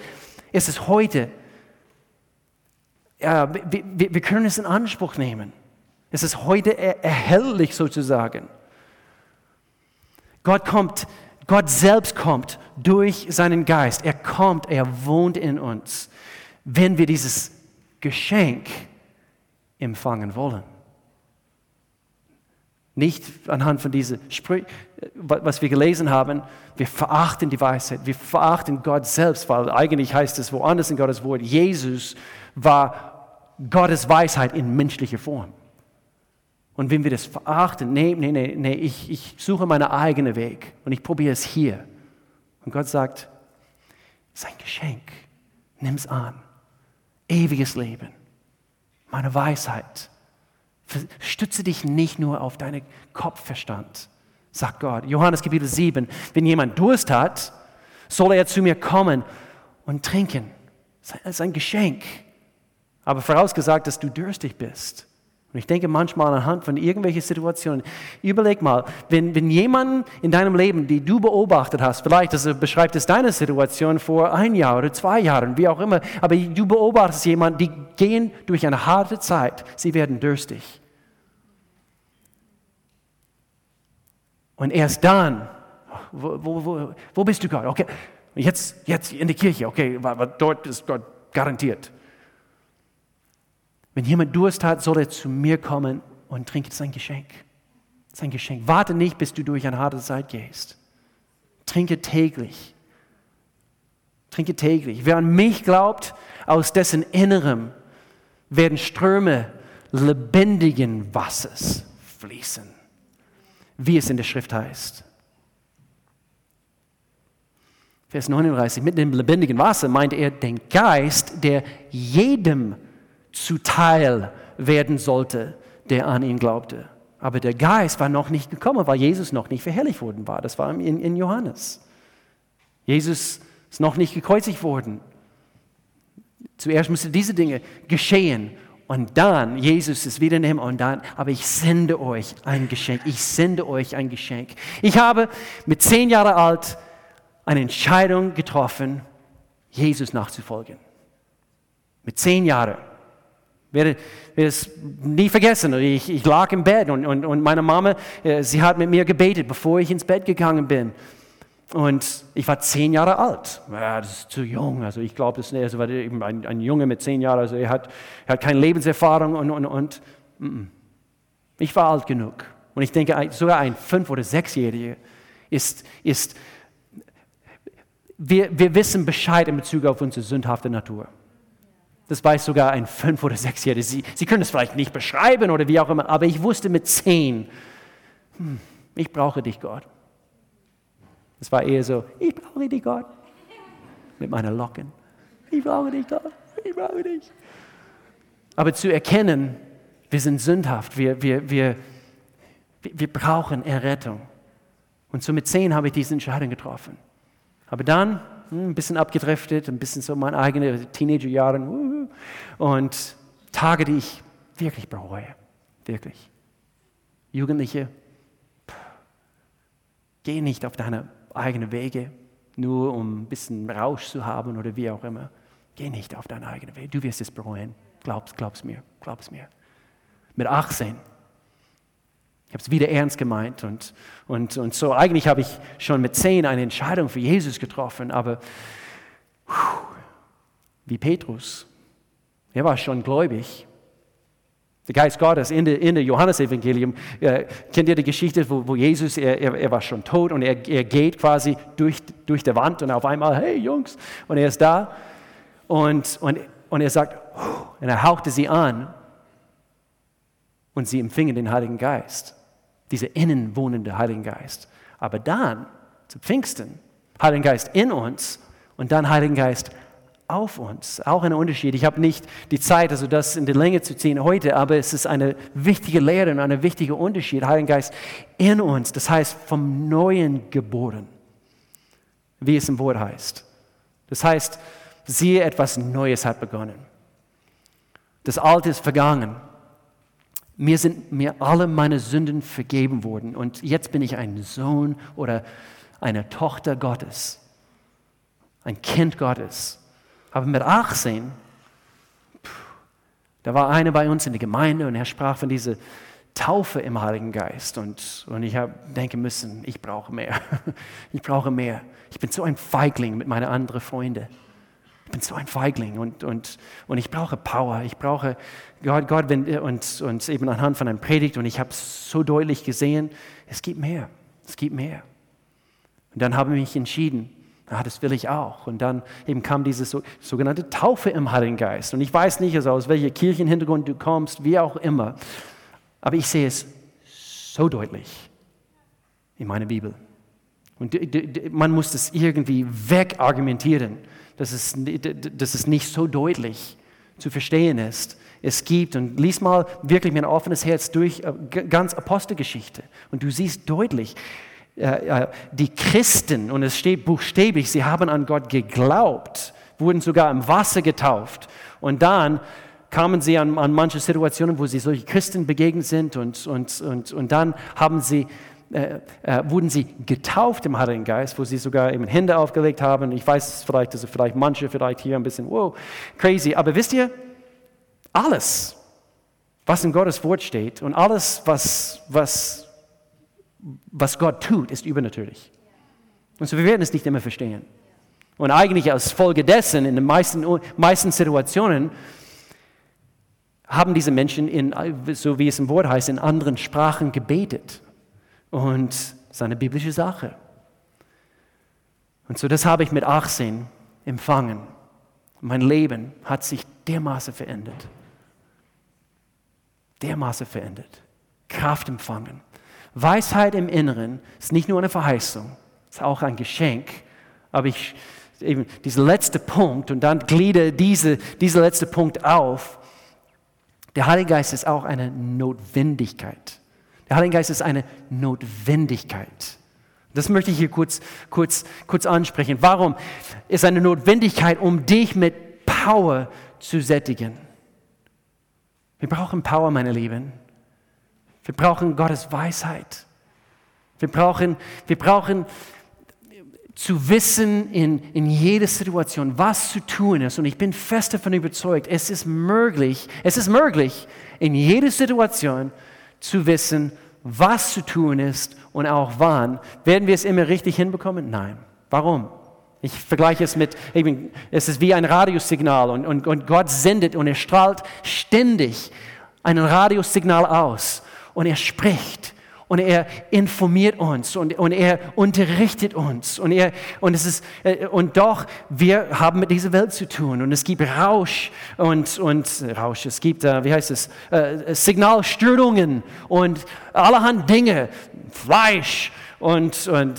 Speaker 1: Wir können es in Anspruch nehmen. Es ist heute erhältlich sozusagen. Gott selbst kommt durch seinen Geist. Er wohnt in uns, wenn wir dieses Geschenk empfangen wollen. Nicht anhand von diesen Sprüchen, was wir gelesen haben, wir verachten die Weisheit, wir verachten Gott selbst, weil eigentlich heißt es woanders in Gottes Wort, Jesus war Gottes Weisheit in menschlicher Form. Und wenn wir das verachten, nee, ich suche meinen eigenen Weg und ich probiere es hier. Und Gott sagt, es ist ein Geschenk, nimm es an. Ewiges Leben, meine Weisheit. Stütze dich nicht nur auf deinen Kopfverstand, sagt Gott. Johannes Kapitel 7, wenn jemand Durst hat, soll er zu mir kommen und trinken. Das ist ein Geschenk. Aber vorausgesagt, dass du durstig bist. Und ich denke manchmal anhand von irgendwelchen Situationen, überleg mal, wenn jemand in deinem Leben, die du beobachtet hast, vielleicht beschreibt es deine Situation vor 1 Jahr oder 2 Jahren, wie auch immer, aber du beobachtest jemanden, die gehen durch eine harte Zeit, sie werden durstig. Und erst dann, wo bist du Gott? Okay, jetzt in der Kirche, okay, dort ist Gott garantiert. Wenn jemand Durst hat, soll er zu mir kommen und trinken. Das ist ein Geschenk. Das ist ein Geschenk. Warte nicht, bis du durch eine harte Zeit gehst. Trinke täglich. Trinke täglich. Wer an mich glaubt, aus dessen Innerem werden Ströme lebendigen Wassers fließen, wie es in der Schrift heißt. Vers 39. Mit dem lebendigen Wasser meinte er den Geist, der jedem zuteil werden sollte, der an ihn glaubte. Aber der Geist war noch nicht gekommen, weil Jesus noch nicht verherrlicht worden war. Das war in Johannes. Jesus ist noch nicht gekreuzigt worden. Zuerst müssen diese Dinge geschehen und dann, Jesus ist wieder in dem und dann, aber ich sende euch ein Geschenk. Ich sende euch ein Geschenk. Ich habe mit 10 Jahren alt eine Entscheidung getroffen, Jesus nachzufolgen. Mit 10 Jahren. Ich werde es nie vergessen. Ich lag im Bett und meine Mama, sie hat mit mir gebetet, bevor ich ins Bett gegangen bin. Und ich war 10 Jahre alt. Ja, das ist zu jung. Also ich glaube, das war eben ein Junge mit 10 Jahren. Also er hat keine Lebenserfahrung und ich war alt genug. Und ich denke, sogar ein 5- oder 6-Jähriger ist wir wissen Bescheid in Bezug auf unsere sündhafte Natur. Das weiß sogar ein 5- oder 6-Jähriger. Sie können es vielleicht nicht beschreiben oder wie auch immer, aber ich wusste mit 10, ich brauche dich, Gott. Es war eher so, ich brauche dich, Gott. Mit meinen Locken. Ich brauche dich, Gott. Ich brauche dich. Aber zu erkennen, wir sind sündhaft, wir brauchen Errettung. Und so mit 10 habe ich diese Entscheidung getroffen. Aber dann ein bisschen abgedriftet, ein bisschen so meine eigenen Teenagerjahren und Tage, die ich wirklich bereue. Wirklich. Jugendliche, geh nicht auf deine eigenen Wege, nur um ein bisschen Rausch zu haben oder wie auch immer. Geh nicht auf deine eigenen Wege. Du wirst es bereuen. Glaub's mir. Mit 18. Ich habe es wieder ernst gemeint und so. Eigentlich habe ich schon mit 10 eine Entscheidung für Jesus getroffen, aber wie Petrus, er war schon gläubig, Der Geist Gottes in der Johannesevangelium, kennt ihr die Geschichte, wo Jesus, er war schon tot und er geht quasi durch die Wand und auf einmal, hey Jungs, und er ist da und er sagt, und er hauchte sie an und sie empfingen den Heiligen Geist, dieser innen wohnende Heiligen Geist. Aber dann, zu Pfingsten, Heiligen Geist in uns und dann Heiligen Geist auf uns. Auch ein Unterschied. Ich habe nicht die Zeit, also das in die Länge zu ziehen heute, aber es ist eine wichtige Lehre und ein wichtiger Unterschied. Heiligen Geist in uns, das heißt vom Neuen geboren, wie es im Wort heißt. Das heißt, siehe, etwas Neues hat begonnen. Das Alte ist vergangen. Mir sind alle meine Sünden vergeben worden und jetzt bin ich ein Sohn oder eine Tochter Gottes, ein Kind Gottes. Aber mit 18, da war einer bei uns in der Gemeinde und er sprach von dieser Taufe im Heiligen Geist. Und ich habe denken müssen, ich brauche mehr. Ich brauche mehr. Ich bin so ein Feigling mit meinen anderen Freunden. Ich bin so ein Feigling und ich brauche Power. Ich brauche Gott und eben anhand von einer Predigt. Und ich habe so deutlich gesehen, es gibt mehr. Es gibt mehr. Und dann habe ich mich entschieden, das will ich auch. Und dann eben kam diese sogenannte Taufe im Heiligen Geist. Und ich weiß nicht, also aus welchem Kirchenhintergrund du kommst, wie auch immer. Aber ich sehe es so deutlich in meiner Bibel. Und man muss das irgendwie wegargumentieren, dass es nicht so deutlich zu verstehen ist. Es gibt, und lies mal wirklich mit ein offenes Herz durch, ganz Apostelgeschichte. Und du siehst deutlich, die Christen, und es steht buchstäblich, sie haben an Gott geglaubt, wurden sogar im Wasser getauft. Und dann kamen sie an manche Situationen, wo sie solche Christen begegnet sind und dann wurden sie getauft im Heiligen Geist, wo sie sogar eben Hände aufgelegt haben. Ich weiß vielleicht, dass vielleicht manche hier ein bisschen, wow, crazy. Aber wisst ihr, alles, was in Gottes Wort steht und alles, was Gott tut, ist übernatürlich. Und so, wir werden es nicht immer verstehen. Und eigentlich als Folge dessen, in den meisten Situationen, haben diese Menschen, so wie es im Wort heißt, in anderen Sprachen gebetet. Und das ist eine biblische Sache. Und so, das habe ich mit 18 empfangen. Mein Leben hat sich dermaßen verändert. Dermaßen verändert. Kraft empfangen. Weisheit im Inneren ist nicht nur eine Verheißung, ist auch ein Geschenk. Aber eben dieser letzte Punkt, und dann gliedere dieser letzte Punkt auf. Der Heilige Geist ist auch eine Notwendigkeit. Der Heilige Geist ist eine Notwendigkeit. Das möchte ich hier kurz ansprechen. Warum ist eine Notwendigkeit, um dich mit Power zu sättigen? Wir brauchen Power, meine Lieben. Wir brauchen Gottes Weisheit. Wir brauchen zu wissen in jeder Situation, was zu tun ist. Und ich bin fest davon überzeugt, es ist möglich, in jeder Situation zu wissen, was zu tun ist und auch wann. Werden wir es immer richtig hinbekommen? Nein. Warum? Ich vergleiche es mit, es ist wie ein Radiosignal und Gott sendet und er strahlt ständig ein Radiosignal aus und er spricht. Und er informiert uns und er unterrichtet uns. Und doch, wir haben mit dieser Welt zu tun. Und es gibt Rausch und Rausch. Es gibt, Signalstörungen und allerhand Dinge, Fleisch und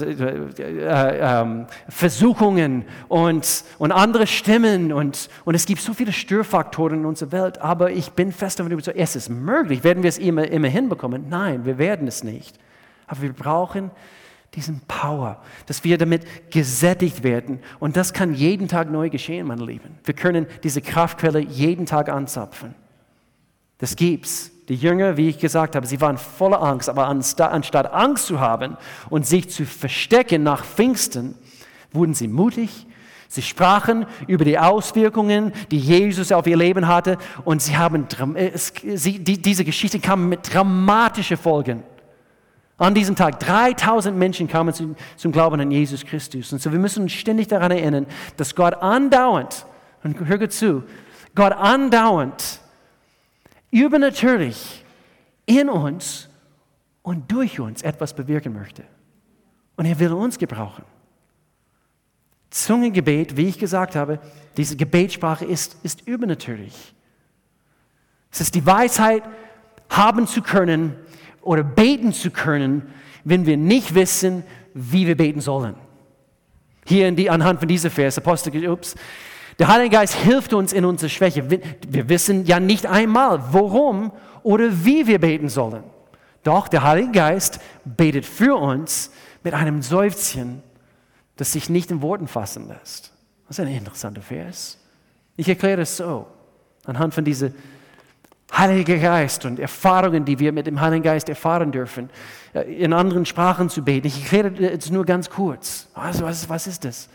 Speaker 1: Versuchungen und andere Stimmen. Und es gibt so viele Störfaktoren in unserer Welt. Aber ich bin fest davon überzeugt, es ist möglich. Werden wir es immer hinbekommen? Nein, wir werden es nicht. Aber wir brauchen diesen Power, dass wir damit gesättigt werden. Und das kann jeden Tag neu geschehen, meine Lieben. Wir können diese Kraftquelle jeden Tag anzapfen. Das gibt's. Die Jünger, wie ich gesagt habe, sie waren voller Angst, aber anstatt Angst zu haben und sich zu verstecken nach Pfingsten, wurden sie mutig. Sie sprachen über die Auswirkungen, die Jesus auf ihr Leben hatte, und diese Geschichte kam mit dramatischen Folgen. An diesem Tag 3000 Menschen kamen zum Glauben an Jesus Christus. Und so, wir müssen uns ständig daran erinnern, dass Gott andauernd, und hör gut zu, Gott andauernd übernatürlich in uns und durch uns etwas bewirken möchte. Und er will uns gebrauchen. Zungengebet, wie ich gesagt habe, diese Gebetssprache ist übernatürlich. Es ist die Weisheit, haben zu können oder beten zu können, wenn wir nicht wissen, wie wir beten sollen. Hier anhand von dieser Vers, der Heilige Geist hilft uns in unserer Schwäche. Wir wissen ja nicht einmal, worum oder wie wir beten sollen. Doch der Heilige Geist betet für uns mit einem Seufzen, das sich nicht in Worten fassen lässt. Das ist ein interessanter Vers. Ich erkläre es so, anhand von diesem Heiligen Geist und Erfahrungen, die wir mit dem Heiligen Geist erfahren dürfen, in anderen Sprachen zu beten. Ich erkläre es nur ganz kurz. Was ist das?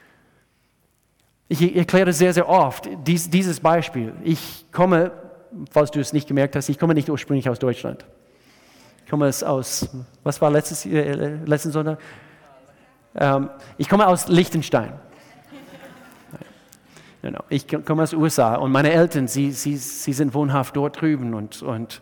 Speaker 1: Ich erkläre sehr, sehr oft dieses Beispiel. Ich komme, falls du es nicht gemerkt hast, ich komme nicht ursprünglich aus Deutschland. Ich komme aus, was war letzten Sonntag? Ich komme aus Liechtenstein. Genau. Ich komme aus den USA und meine Eltern, sie sind wohnhaft dort drüben und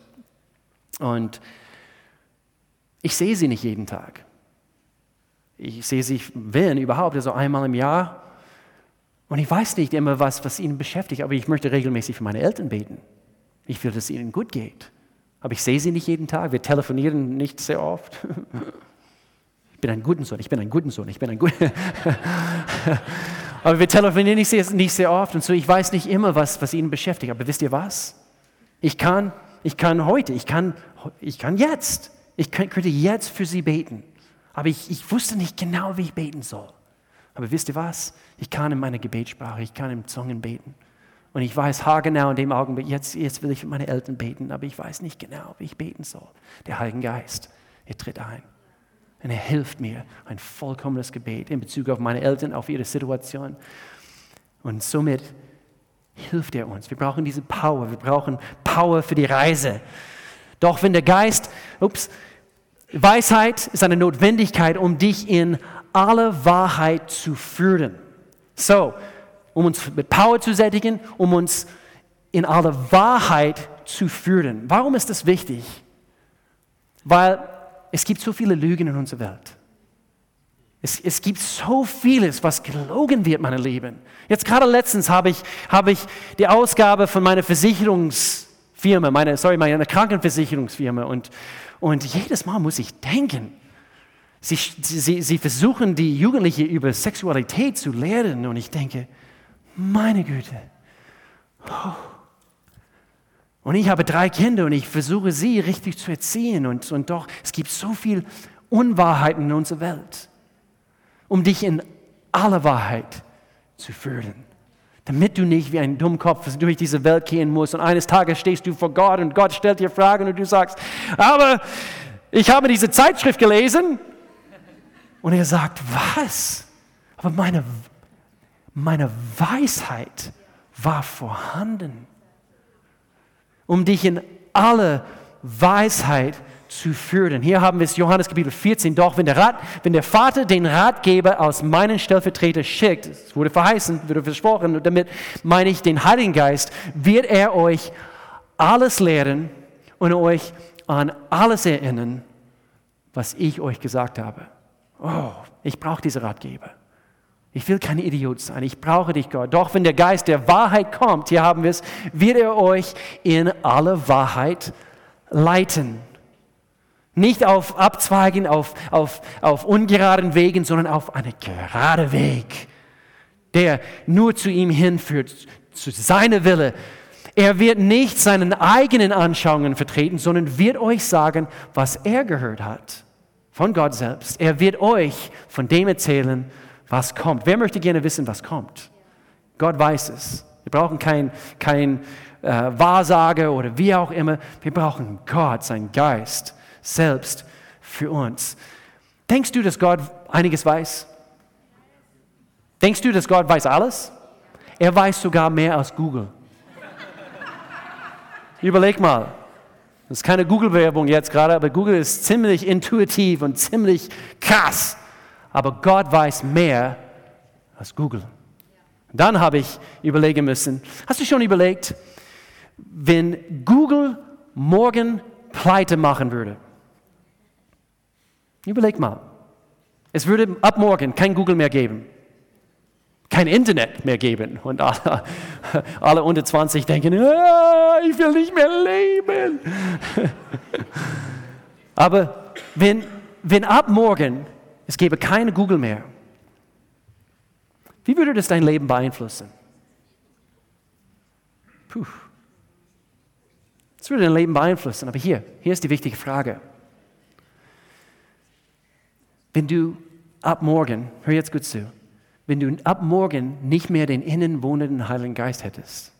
Speaker 1: ich sehe sie nicht jeden Tag. Ich sehe sie, wenn überhaupt, also einmal im Jahr. Und ich weiß nicht immer, was ihnen beschäftigt, aber ich möchte regelmäßig für meine Eltern beten. Ich will, dass es ihnen gut geht. Aber ich sehe sie nicht jeden Tag, wir telefonieren nicht sehr oft. Ich bin ein guter Sohn. Aber wir telefonieren nicht sehr oft und so, ich weiß nicht immer, was ihnen beschäftigt. Aber wisst ihr was? Ich kann jetzt. Könnte jetzt für sie beten. Aber ich wusste nicht genau, wie ich beten soll. Aber wisst ihr was? Ich kann in meiner Gebetssprache, ich kann in Zungen beten. Und ich weiß haargenau in dem Augenblick, jetzt will ich für meine Eltern beten, aber ich weiß nicht genau, wie ich beten soll. Der Heilige Geist, er tritt ein. Und er hilft mir, ein vollkommenes Gebet in Bezug auf meine Eltern, auf ihre Situation. Und somit hilft er uns. Wir brauchen diese Power. Wir brauchen Power für die Reise. Doch wenn der Geist, Weisheit ist eine Notwendigkeit, um dich in alle Wahrheit zu führen. So, um uns mit Power zu sättigen, um uns in alle Wahrheit zu führen. Warum ist das wichtig? Weil es gibt so viele Lügen in unserer Welt. Es gibt so vieles, was gelogen wird, meine Lieben. Jetzt gerade letztens habe ich die Ausgabe von meiner Versicherungsfirma, meine Krankenversicherungsfirma und jedes Mal muss ich denken, sie versuchen die Jugendlichen über Sexualität zu lehren und ich denke, meine Güte. Oh. Und ich habe 3 Kinder und ich versuche sie richtig zu erziehen und doch, es gibt so viel Unwahrheiten in unserer Welt, um dich in alle Wahrheit zu führen. Damit du nicht wie ein Dummkopf durch diese Welt gehen musst und eines Tages stehst du vor Gott und Gott stellt dir Fragen und du sagst, aber ich habe diese Zeitschrift gelesen und er sagt, was? Aber meine Weisheit war vorhanden, um dich in alle Weisheit zu führen. Hier haben wir es, Johannes Kapitel 14. Doch wenn der Vater den Ratgeber aus meinen Stellvertreter schickt, es wurde verheißen, wurde versprochen, und damit meine ich den Heiligen Geist, wird er euch alles lehren und euch an alles erinnern, was ich euch gesagt habe. Oh, ich brauche diese Ratgeber. Ich will kein Idiot sein, ich brauche dich, Gott. Doch wenn der Geist der Wahrheit kommt, hier haben wir es, wird er euch in alle Wahrheit leiten. Nicht auf Abzweigen, auf ungeraden Wegen, sondern auf einen geraden Weg, der nur zu ihm hinführt, zu seiner Wille. Er wird nicht seinen eigenen Anschauungen vertreten, sondern wird euch sagen, was er gehört hat von Gott selbst. Er wird euch von dem erzählen, was kommt. Wer möchte gerne wissen, was kommt? Gott weiß es. Wir brauchen kein Wahrsager oder wie auch immer. Wir brauchen Gott, seinen Geist selbst für uns. Denkst du, dass Gott einiges weiß? Denkst du, dass Gott weiß alles? Er weiß sogar mehr als Google. Überleg mal. Das ist keine Google-Werbung jetzt gerade, aber Google ist ziemlich intuitiv und ziemlich krass. Aber Gott weiß mehr als Google. Dann habe ich überlegen müssen, hast du schon überlegt, wenn Google morgen pleite machen würde. Überleg mal. Es würde ab morgen kein Google mehr geben. Kein Internet mehr geben. Und alle unter 20 denken, ich will nicht mehr leben. Aber wenn ab morgen es gäbe keine Google mehr, wie würde das dein Leben beeinflussen? Es würde dein Leben beeinflussen. Aber hier ist die wichtige Frage. Wenn du ab morgen, hör jetzt gut zu, wenn du ab morgen nicht mehr den innen wohnenden Heiligen Geist hättest,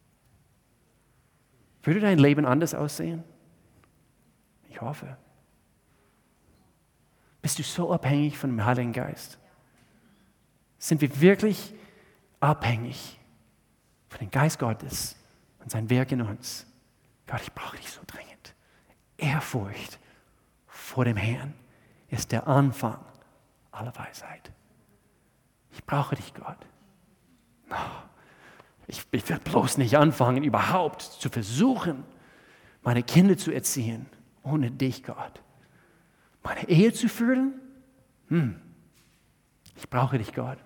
Speaker 1: würde dein Leben anders aussehen? Ich hoffe. Bist du so abhängig von dem Heiligen Geist? Sind wir wirklich abhängig von dem Geist Gottes und sein Werk in uns? Gott, ich brauche dich so dringend. Ehrfurcht vor dem Herrn ist der Anfang aller Weisheit. Ich brauche dich, Gott. Ich will bloß nicht anfangen, überhaupt zu versuchen, meine Kinder zu erziehen, ohne dich, Gott. Meine Ehe zu führen? Ich brauche dich, Gott.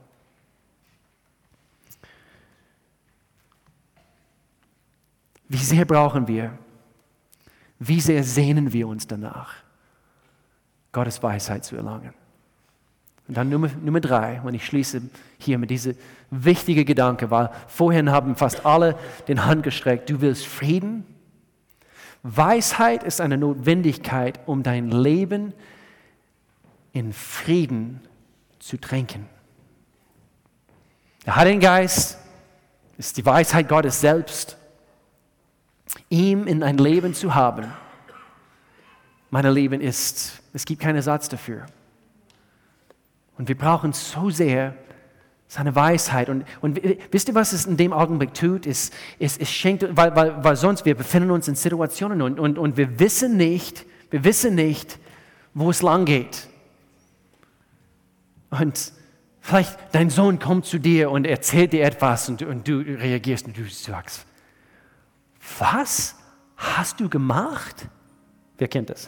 Speaker 1: Wie sehr brauchen wir, wie sehr sehnen wir uns danach, Gottes Weisheit zu erlangen. Und dann Nummer 3, und ich schließe hier mit diesem wichtigen Gedanke, weil vorhin haben fast alle den Hand gestreckt, du willst Frieden? Weisheit ist eine Notwendigkeit, um dein Leben in Frieden zu tränken. Der Heilige Geist ist die Weisheit Gottes selbst. Ihm in ein Leben zu haben, mein Leben es gibt keinen Ersatz dafür. Und wir brauchen so sehr seine Weisheit. Und wisst ihr, was es in dem Augenblick tut? Es schenkt, weil sonst wir befinden uns in Situationen und wir wissen nicht, wo es lang geht. Und vielleicht dein Sohn kommt zu dir und erzählt dir etwas und du reagierst und du sagst, was hast du gemacht? Wer kennt das?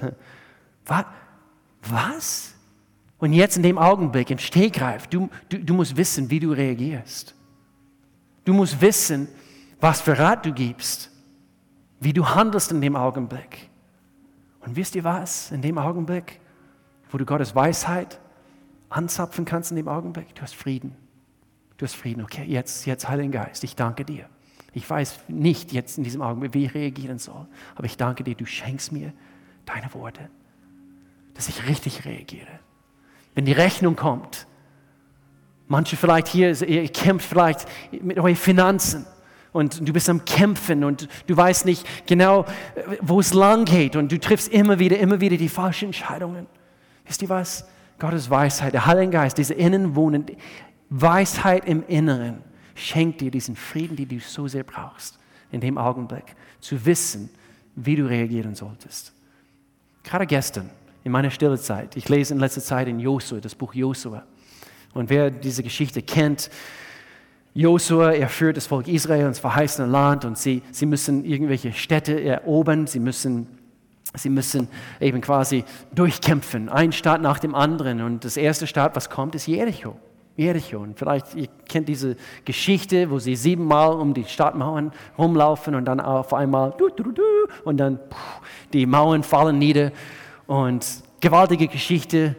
Speaker 1: Was? Und jetzt in dem Augenblick, im Stegreif, du musst wissen, wie du reagierst. Du musst wissen, was für Rat du gibst, wie du handelst in dem Augenblick. Und wisst ihr was? In dem Augenblick, wo du Gottes Weisheit anzapfen kannst in dem Augenblick, du hast Frieden. Du hast Frieden. Okay, jetzt Heiliger Geist, ich danke dir. Ich weiß nicht jetzt in diesem Augenblick, wie ich reagieren soll. Aber ich danke dir, du schenkst mir deine Worte, dass ich richtig reagiere. Wenn die Rechnung kommt, manche vielleicht hier, ihr kämpft vielleicht mit euren Finanzen und du bist am Kämpfen und du weißt nicht genau, wo es lang geht und du triffst immer wieder die falschen Entscheidungen. Wisst ihr was? Gottes Weisheit, der Heilige Geist, diese innenwohnende Weisheit im Inneren, schenkt dir diesen Frieden, den du so sehr brauchst, in dem Augenblick, zu wissen, wie du reagieren solltest. Gerade gestern, in meiner stille Zeit, ich lese in letzter Zeit in Josua, das Buch Josua. Und wer diese Geschichte kennt, Josua, er führt das Volk Israel ins verheißene Land und sie müssen irgendwelche Städte erobern, sie müssen eben quasi durchkämpfen, ein Stadt nach dem anderen. Und das erste Stadt, was kommt, ist Jericho. Und vielleicht, ihr kennt diese Geschichte, wo sie 7-mal um die Stadtmauern rumlaufen und dann auf einmal und dann die Mauern fallen nieder und gewaltige Geschichte.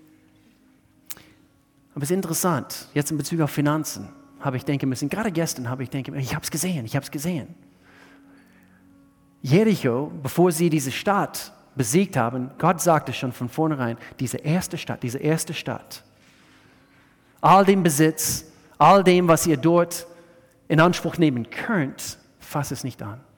Speaker 1: Aber es ist interessant, jetzt in Bezug auf Finanzen habe ich denken müssen, gerade gestern habe ich denken, ich habe es gesehen. Jericho, bevor sie diese Stadt besiegt haben, Gott sagte schon von vornherein, diese erste Stadt, all dem Besitz, all dem, was ihr dort in Anspruch nehmen könnt, fass es nicht an.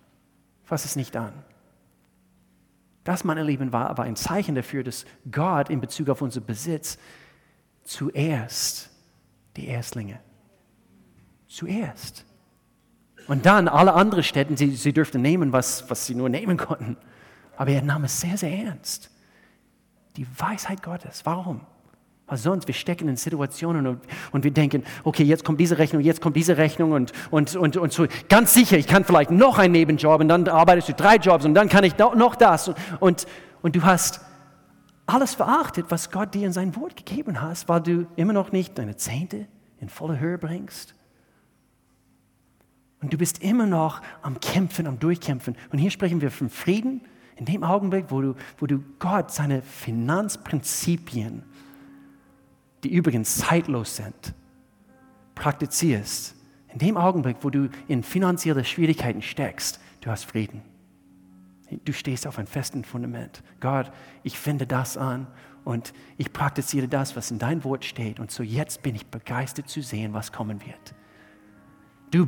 Speaker 1: Das, meine Lieben, war aber ein Zeichen dafür, dass Gott in Bezug auf unseren Besitz zuerst die Erstlinge. Zuerst. Und dann alle anderen Städte, sie dürften nehmen, was sie nur nehmen konnten. Aber er nahm es sehr, sehr ernst. Die Weisheit Gottes. Warum? als sonst. Wir stecken in Situationen und wir denken, okay, jetzt kommt diese Rechnung und so. Ganz sicher, ich kann vielleicht noch einen Nebenjob und dann arbeitest du 3 Jobs und dann kann ich noch das. Und du hast alles verachtet, was Gott dir in sein Wort gegeben hat, weil du immer noch nicht deine Zehnte in volle Höhe bringst. Und du bist immer noch am Kämpfen, am Durchkämpfen. Und hier sprechen wir von Frieden in dem Augenblick, wo du Gott seine Finanzprinzipien, die übrigens zeitlos sind, praktizierst. In dem Augenblick, wo du in finanzielle Schwierigkeiten steckst, du hast Frieden. Du stehst auf einem festen Fundament. Gott, ich wende das an und ich praktiziere das, was in dein Wort steht. Und so jetzt bin ich begeistert zu sehen, was kommen wird. Du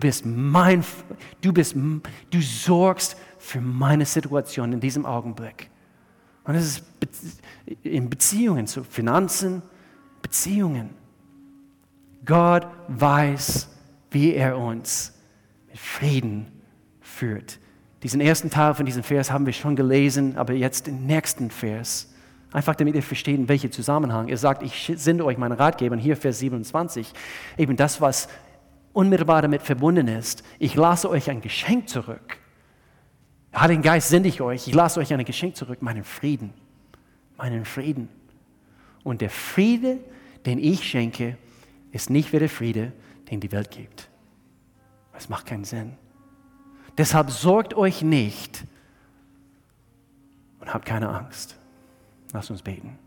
Speaker 1: sorgst für meine Situation in diesem Augenblick. Und es ist in Beziehungen, zu Finanzen, Beziehungen. Gott weiß, wie er uns mit Frieden führt. Diesen ersten Teil von diesem Vers haben wir schon gelesen, aber jetzt den nächsten Vers. Einfach damit ihr versteht, in welchem Zusammenhang. Er sagt, ich sende euch meinen Ratgeber. Und hier Vers 27, eben das, was unmittelbar damit verbunden ist. Ich lasse euch ein Geschenk zurück. Heiligen Geist sende ich euch. Ich lasse euch ein Geschenk zurück, meinen Frieden. Meinen Frieden. Und der Friede, den ich schenke, ist nicht wie der Friede, den die Welt gibt. Das macht keinen Sinn. Deshalb sorgt euch nicht und habt keine Angst. Lasst uns beten.